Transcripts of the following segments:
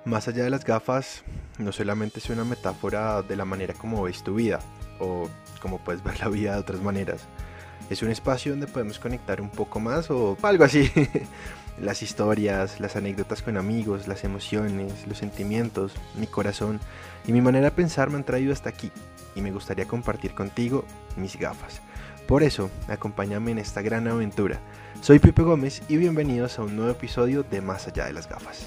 Más allá de las gafas, no solamente es una metáfora de la manera como ves tu vida, o como puedes ver la vida de otras maneras. Es un espacio donde podemos conectar un poco más o algo así. Las historias, las anécdotas con amigos, las emociones, los sentimientos, mi corazón y mi manera de pensar me han traído hasta aquí y me gustaría compartir contigo mis gafas. Por eso, acompáñame en esta gran aventura. Soy Pipe Gómez y bienvenidos a un nuevo episodio de Más allá de las gafas.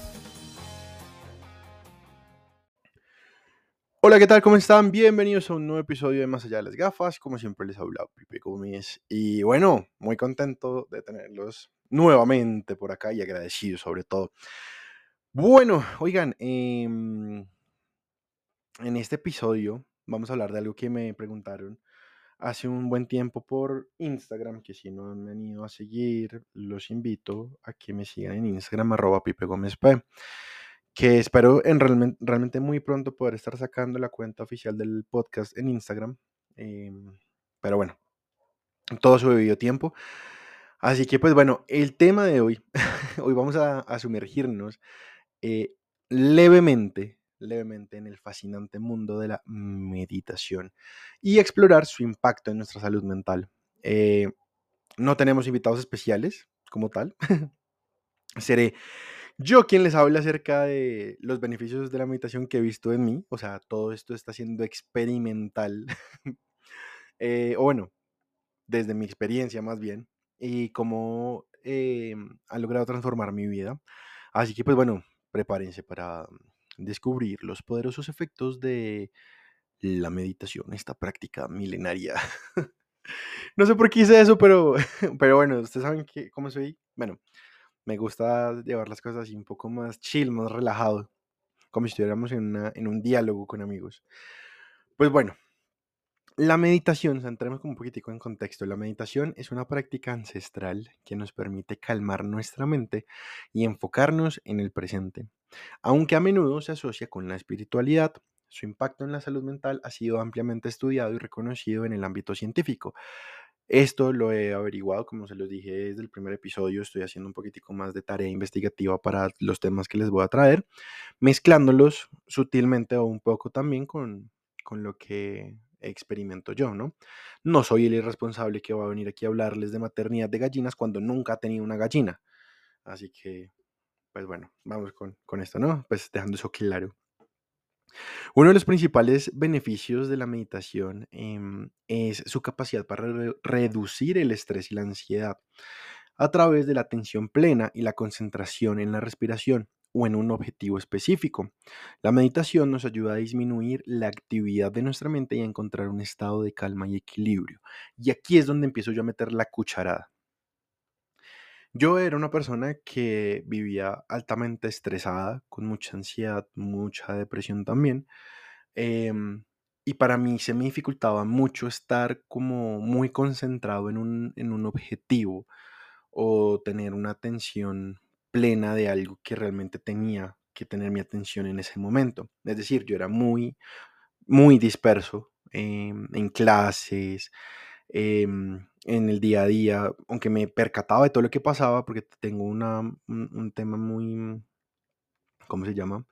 Hola, ¿qué tal? ¿Cómo están? Bienvenidos a un nuevo episodio de Más allá de las gafas. Como siempre les ha hablado Pipe Gómez. Y bueno, muy contento de tenerlos nuevamente por acá y agradecido sobre todo. Bueno, oigan, en este episodio vamos a hablar de algo que me preguntaron hace un buen tiempo por Instagram, que si no me han ido a seguir, los invito a que me sigan en Instagram, @pipegomezp, que espero realmente muy pronto poder estar sacando la cuenta oficial del podcast en Instagram. Pero bueno, todo su debido tiempo. Así que pues bueno, el tema de hoy, hoy vamos a sumergirnos eh, levemente en el fascinante mundo de la meditación y explorar su impacto en nuestra salud mental. Eh, no tenemos invitados especiales como tal. Seré yo quien les habla acerca de los beneficios de la meditación que he visto en mí. O sea, todo esto está siendo experimental. O bueno, desde mi experiencia más bien. Y cómo ha logrado transformar mi vida. Así que pues bueno, prepárense para descubrir los poderosos efectos de la meditación, esta práctica milenaria. No sé por qué hice eso, pero, pero bueno, ustedes saben cómo soy. Bueno, me gusta llevar las cosas así un poco más chill, más relajado, como si estuviéramos en un diálogo con amigos. Pues bueno, la meditación, entremos como un poquitico en contexto. La meditación es una práctica ancestral que nos permite calmar nuestra mente y enfocarnos en el presente. Aunque a menudo se asocia con la espiritualidad, su impacto en la salud mental ha sido ampliamente estudiado y reconocido en el ámbito científico. Esto lo he averiguado, como se los dije desde el primer episodio, estoy haciendo un poquitico más de tarea investigativa para los temas que les voy a traer, mezclándolos sutilmente o un poco también con lo que experimento yo, ¿no? No soy el irresponsable que va a venir aquí a hablarles de maternidad de gallinas cuando nunca ha tenido una gallina. Así que, pues bueno, vamos con esto, ¿no? Pues dejando eso claro. Uno de los principales beneficios de la meditación es su capacidad para reducir el estrés y la ansiedad a través de la atención plena y la concentración en la respiración o en un objetivo específico. La meditación nos ayuda a disminuir la actividad de nuestra mente y a encontrar un estado de calma y equilibrio. Y aquí es donde empiezo yo a meter la cucharada. Yo era una persona que vivía altamente estresada, con mucha ansiedad, mucha depresión también. em, y para mí se me dificultaba mucho estar como muy concentrado en un objetivo o tener una atención plena de algo que realmente tenía que tener mi atención en ese momento. Es decir, yo era muy disperso en clases, en el día a día, aunque me percataba de todo lo que pasaba, porque tengo un tema muy, ¿cómo se llama?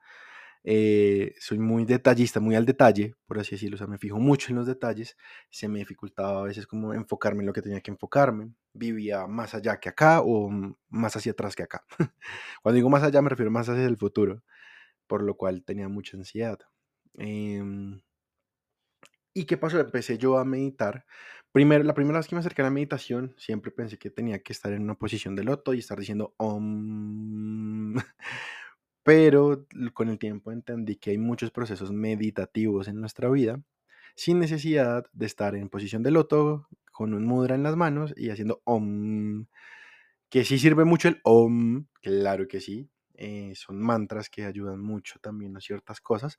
Soy muy detallista, muy al detalle, por así decirlo, o sea, me fijo mucho en los detalles, se me dificultaba a veces como enfocarme en lo que tenía que enfocarme, vivía más allá que acá o más hacia atrás que acá. Cuando digo más allá me refiero más hacia el futuro, por lo cual tenía mucha ansiedad. Em, ¿Y qué pasó? Empecé yo a meditar. Primero, la primera vez que me acerqué a la meditación, siempre pensé que tenía que estar en una posición de loto y estar diciendo Om. Pero con el tiempo entendí que hay muchos procesos meditativos en nuestra vida sin necesidad de estar en posición de loto, con un mudra en las manos y haciendo Om. Que sí sirve mucho el Om, claro que sí. Son mantras que ayudan mucho también a ciertas cosas.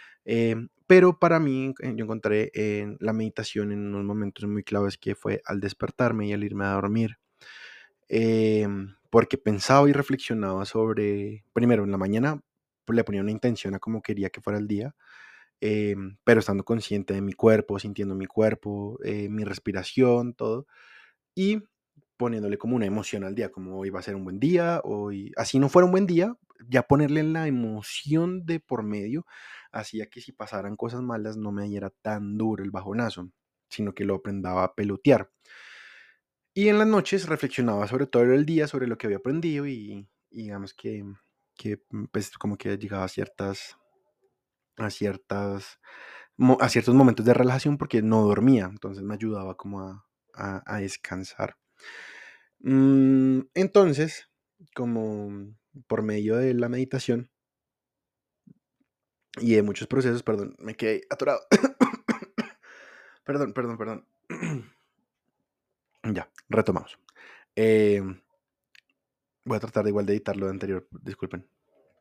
Pero para mí, yo encontré en la meditación en unos momentos muy claves que fue al despertarme y al irme a dormir. Porque pensaba y reflexionaba sobre, primero en la mañana le ponía una intención a cómo quería que fuera el día, pero estando consciente de mi cuerpo, sintiendo mi cuerpo, mi respiración, todo, y poniéndole como una emoción al día, como hoy va a ser un buen día, hoy, así no fuera un buen día, ya ponerle la emoción de por medio hacía que si pasaran cosas malas no me diera tan duro el bajonazo, sino que lo aprendaba a pelotear. Y en las noches reflexionaba sobre todo el día, sobre lo que había aprendido y digamos pues como que llegaba a ciertas, a ciertos momentos de relajación porque no dormía, entonces me ayudaba como a descansar. Entonces, como por medio de la meditación y de muchos procesos, perdón, me quedé atorado. Perdón, perdón, perdón. Ya, retomamos. Eh, Voy a tratar de igual de editar lo de anterior, disculpen.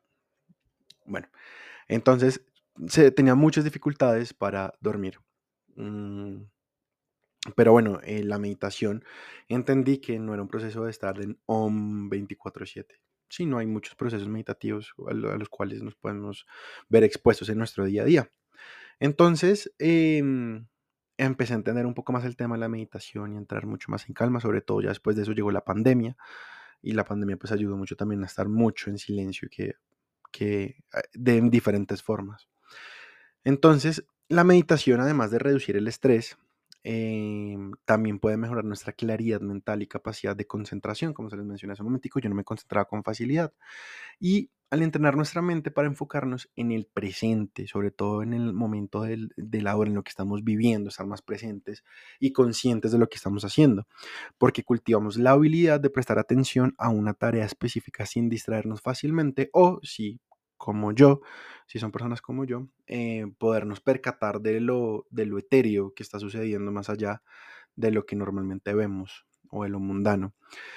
Bueno, entonces tenía muchas dificultades para dormir. Mm, Pero bueno, la meditación entendí que no era un proceso de estar en OM 24/7. Sí, no hay muchos procesos meditativos a los cuales nos podemos ver expuestos en nuestro día a día. Entonces, empecé a entender un poco más el tema de la meditación y a entrar mucho más en calma. Sobre todo ya después de eso llegó la pandemia y la pandemia pues ayudó mucho también a estar mucho en silencio de diferentes formas. Entonces, la meditación, además de reducir el estrés, también puede mejorar nuestra claridad mental y capacidad de concentración. Como se les mencioné hace un momentico, yo no me concentraba con facilidad. Y al entrenar nuestra mente para enfocarnos en el presente, sobre todo en el momento de la hora en lo que estamos viviendo, estar más presentes y conscientes de lo que estamos haciendo, porque cultivamos la habilidad de prestar atención a una tarea específica sin distraernos fácilmente o si, como yo, si son personas como yo, podernos percatar de lo etéreo que está sucediendo más allá de lo que normalmente vemos o de lo mundano.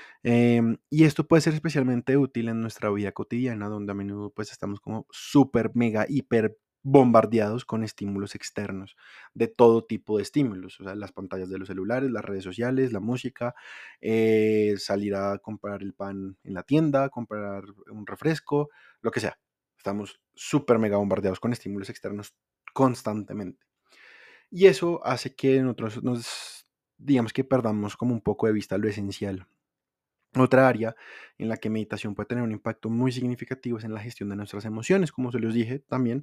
Y esto puede ser especialmente útil en nuestra vida cotidiana, donde a menudo pues estamos como súper, mega, hiper bombardeados con estímulos externos, de todo tipo de estímulos, o sea, las pantallas de los celulares, las redes sociales, la música, salir a comprar el pan en la tienda, comprar un refresco, lo que sea. Estamos súper, mega bombardeados con estímulos externos constantemente. Y eso hace que nosotros digamos que perdamos como un poco de vista lo esencial. Otra área en la que meditación puede tener un impacto muy significativo es en la gestión de nuestras emociones, como se los dije también.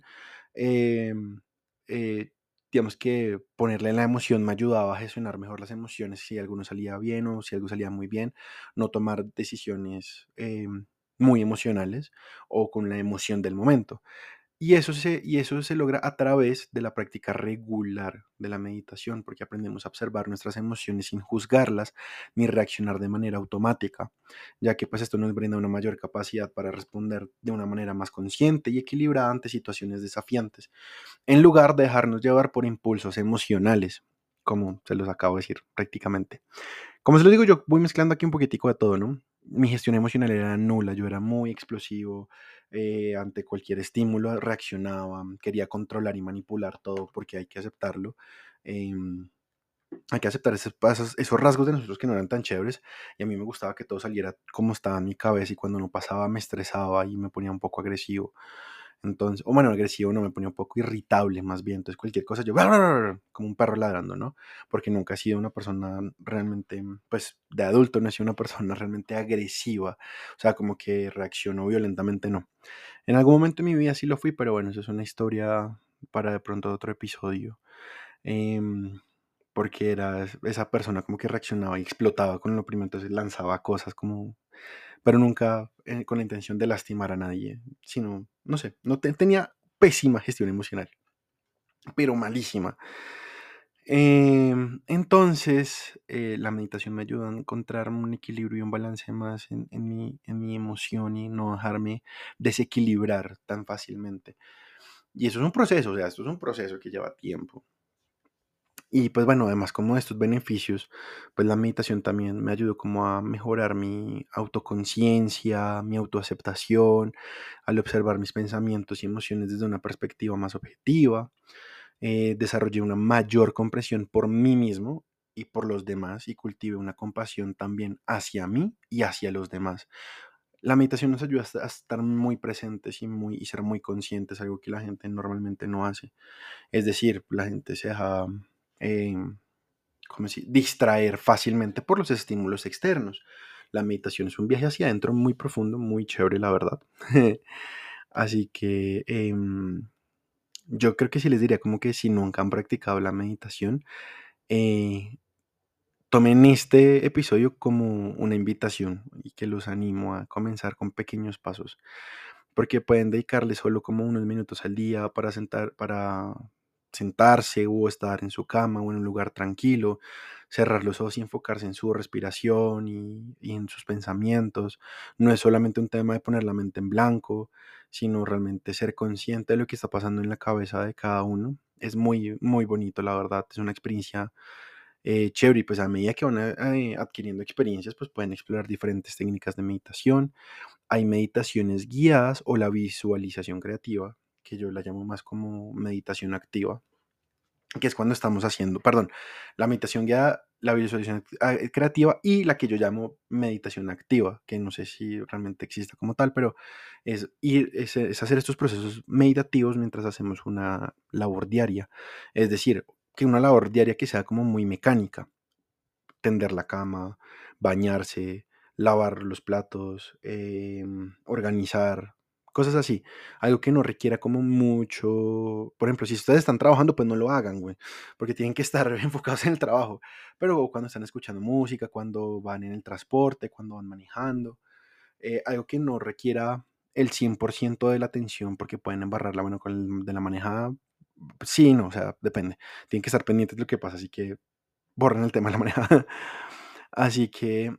em, eh, digamos que ponerle la emoción me ayudaba a gestionar mejor las emociones, si algo no salía bien o si algo salía muy bien, no tomar decisiones muy emocionales o con la emoción del momento. Y eso se logra a través de la práctica regular de la meditación, porque aprendemos a observar nuestras emociones sin juzgarlas ni reaccionar de manera automática, ya que pues esto nos brinda una mayor capacidad para responder de una manera más consciente y equilibrada ante situaciones desafiantes, en lugar de dejarnos llevar por impulsos emocionales, como se los acabo de decir prácticamente. Como se lo digo, yo voy mezclando aquí un poquitico de todo, ¿no? Mi gestión emocional era nula, yo era muy explosivo, ante cualquier estímulo reaccionaba, quería controlar y manipular todo porque hay que aceptarlo. em, Hay que aceptar esos rasgos de nosotros que no eran tan chéveres y a mí me gustaba que todo saliera como estaba en mi cabeza y cuando no pasaba me estresaba y me ponía un poco agresivo. Entonces, o bueno, agresivo no, me ponía un poco irritable más bien. Entonces, cualquier cosa yo, como un perro ladrando, ¿no? Porque nunca he sido una persona realmente, pues, de adulto, no he sido una persona realmente agresiva. O sea, como que reacciono violentamente, no. En algún momento de mi vida sí lo fui, pero bueno, eso es una historia para de pronto otro episodio. Em, Porque era esa persona como que reaccionaba y explotaba con lo primero, entonces lanzaba cosas como pero nunca con la intención de lastimar a nadie, sino, no sé, no tenía pésima gestión emocional, pero malísima. Entonces, la meditación me ayuda a encontrar un equilibrio y un balance más en mi emoción y no dejarme desequilibrar tan fácilmente. Y eso es un proceso, o sea, esto es un proceso que lleva tiempo. Y pues bueno, además como de estos beneficios, pues la meditación también me ayudó como a mejorar mi autoconciencia, mi autoaceptación, al observar mis pensamientos y emociones desde una perspectiva más objetiva. Desarrollé una mayor comprensión por mí mismo y por los demás y cultivé una compasión también hacia mí y hacia los demás. La meditación nos ayuda a estar muy presentes y ser muy conscientes, algo que la gente normalmente no hace. Es decir, la gente se deja eh, ¿cómo distraer fácilmente por los estímulos externos. La meditación es un viaje hacia adentro muy profundo, muy chévere, la verdad. Así que yo creo que sí les diría como que si nunca han practicado la meditación, eh, tomen este episodio como una invitación y que los animo a comenzar con pequeños pasos, porque pueden dedicarle solo como unos minutos al día para sentarse o estar en su cama o en un lugar tranquilo, cerrar los ojos y enfocarse en su respiración y en sus pensamientos. No es solamente un tema de poner la mente en blanco, sino realmente ser consciente de lo que está pasando en la cabeza de cada uno. Es muy, muy bonito, la verdad. Es una experiencia chévere. Y pues a medida que van adquiriendo experiencias, pues pueden explorar diferentes técnicas de meditación. Hay meditaciones guiadas o la visualización creativa, que yo la llamo más como meditación activa, que es cuando estamos haciendo, perdón, la meditación guiada, la visualización creativa y la que yo llamo meditación activa, que no sé si realmente existe como tal, pero es hacer estos procesos meditativos mientras hacemos una labor diaria. Es decir, que una labor diaria que sea como muy mecánica, tender la cama, bañarse, lavar los platos, organizar, cosas así. Algo que no requiera como mucho. Por ejemplo, si ustedes están trabajando, pues no lo hagan, güey, porque tienen que estar enfocados en el trabajo. Pero cuando están escuchando música, cuando van en el transporte, cuando van manejando, algo que no requiera el 100% de la atención, porque pueden embarrar la mano con de la manejada. Sí, no, o sea, depende. Tienen que estar pendientes de lo que pasa, así que borren el tema de la manejada. Así que,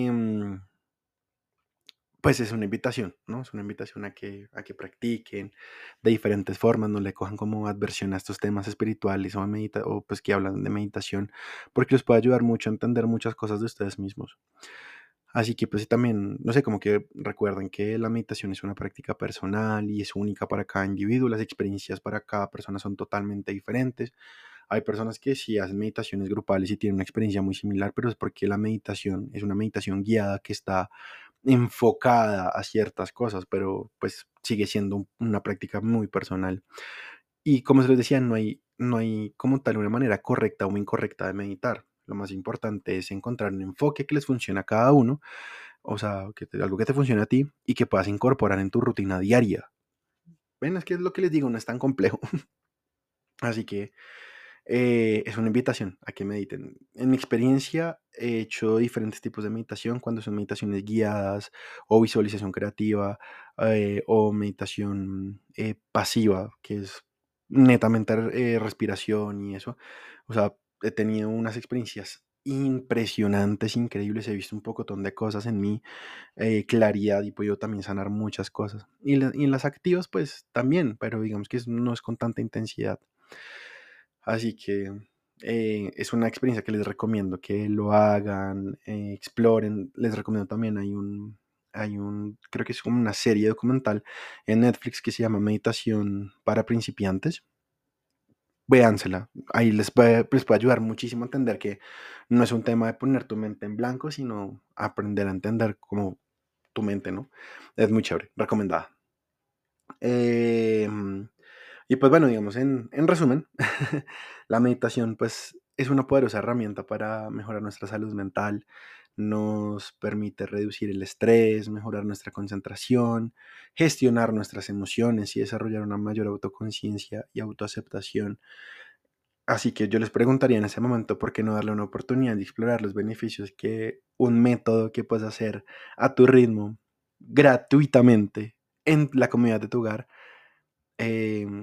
pues es una invitación, ¿no? Es una invitación a que practiquen de diferentes formas, no le cojan como adversión a estos temas espirituales o pues que hablan de meditación, porque les puede ayudar mucho a entender muchas cosas de ustedes mismos. Así que pues sí, también, no sé, como que recuerden que la meditación es una práctica personal y es única para cada individuo, las experiencias para cada persona son totalmente diferentes. Hay personas que sí hacen meditaciones grupales y tienen una experiencia muy similar, pero es porque la meditación es una meditación guiada que está enfocada a ciertas cosas, pero pues sigue siendo una práctica muy personal. Y como se les decía, no hay como tal una manera correcta o incorrecta de meditar. Lo más importante es encontrar un enfoque que les funcione a cada uno, o sea, algo que te funcione a ti y que puedas incorporar en tu rutina diaria. Ven, es que es lo que les digo, no es tan complejo. Así que es una invitación a que mediten. En mi experiencia he hecho diferentes tipos de meditación, cuando son meditaciones guiadas o visualización creativa o meditación pasiva, que es netamente respiración y eso. O sea, he tenido unas experiencias impresionantes, increíbles. He visto un pocotón de cosas en mí, claridad, y he podido también sanar muchas cosas. Y en las activas, pues también, pero digamos que no es con tanta intensidad. Así que es una experiencia que les recomiendo que lo hagan, exploren. Les recomiendo también, creo que es como una serie documental en Netflix que se llama Meditación para principiantes. Véansela, ahí les puede ayudar muchísimo a entender que no es un tema de poner tu mente en blanco, sino aprender a entender como tu mente, ¿no? Es muy chévere, recomendada. Em, y pues bueno, digamos, en resumen, la meditación pues es una poderosa herramienta para mejorar nuestra salud mental, nos permite reducir el estrés, mejorar nuestra concentración, gestionar nuestras emociones y desarrollar una mayor autoconciencia y autoaceptación. Así que yo les preguntaría en ese momento, ¿por qué no darle una oportunidad de explorar los beneficios que un método que puedes hacer a tu ritmo, gratuitamente, en la comodidad de tu hogar? em,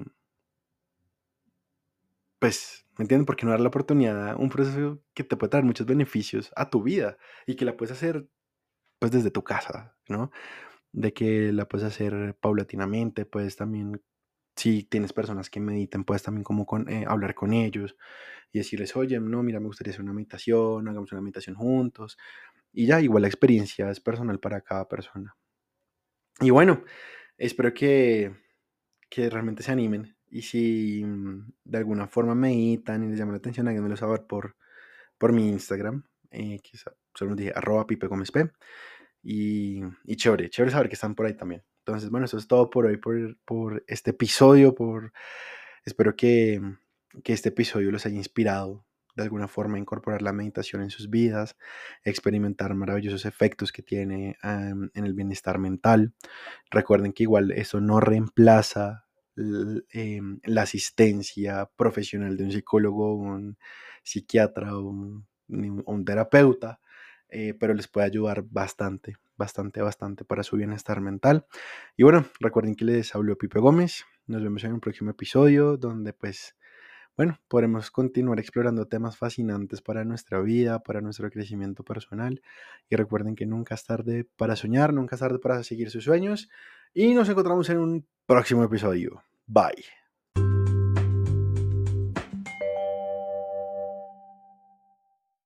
Pues, ¿me entienden? Porque no dar la oportunidad a un proceso que te puede traer muchos beneficios a tu vida y que la puedes hacer, pues, desde tu casa, ¿no? De que la puedes hacer paulatinamente, puedes también, si tienes personas que mediten, puedes también como hablar con ellos y decirles, oye, no, mira, me gustaría hacer una meditación, hagamos una meditación juntos. Y ya, igual la experiencia es personal para cada persona. Y bueno, espero que realmente se animen. Y si de alguna forma meditan y les llama la atención, háganmelo saber por mi Instagram, que solo nos dije @pipegomesp. Y chévere, chévere saber que están por ahí también. Entonces, bueno, eso es todo por hoy, por este episodio. Espero que este episodio los haya inspirado de alguna forma incorporar la meditación en sus vidas, experimentar maravillosos efectos que tiene en el bienestar mental. Recuerden que igual eso no reemplaza la asistencia profesional de un psicólogo, un psiquiatra o un terapeuta, pero les puede ayudar bastante, bastante, bastante para su bienestar mental. Y bueno, recuerden que les habló Pipe Gómez. Nos vemos en un próximo episodio donde pues bueno, podremos continuar explorando temas fascinantes para nuestra vida, para nuestro crecimiento personal. Y recuerden que nunca es tarde para soñar, nunca es tarde para seguir sus sueños. Y nos encontramos en un próximo episodio. Bye.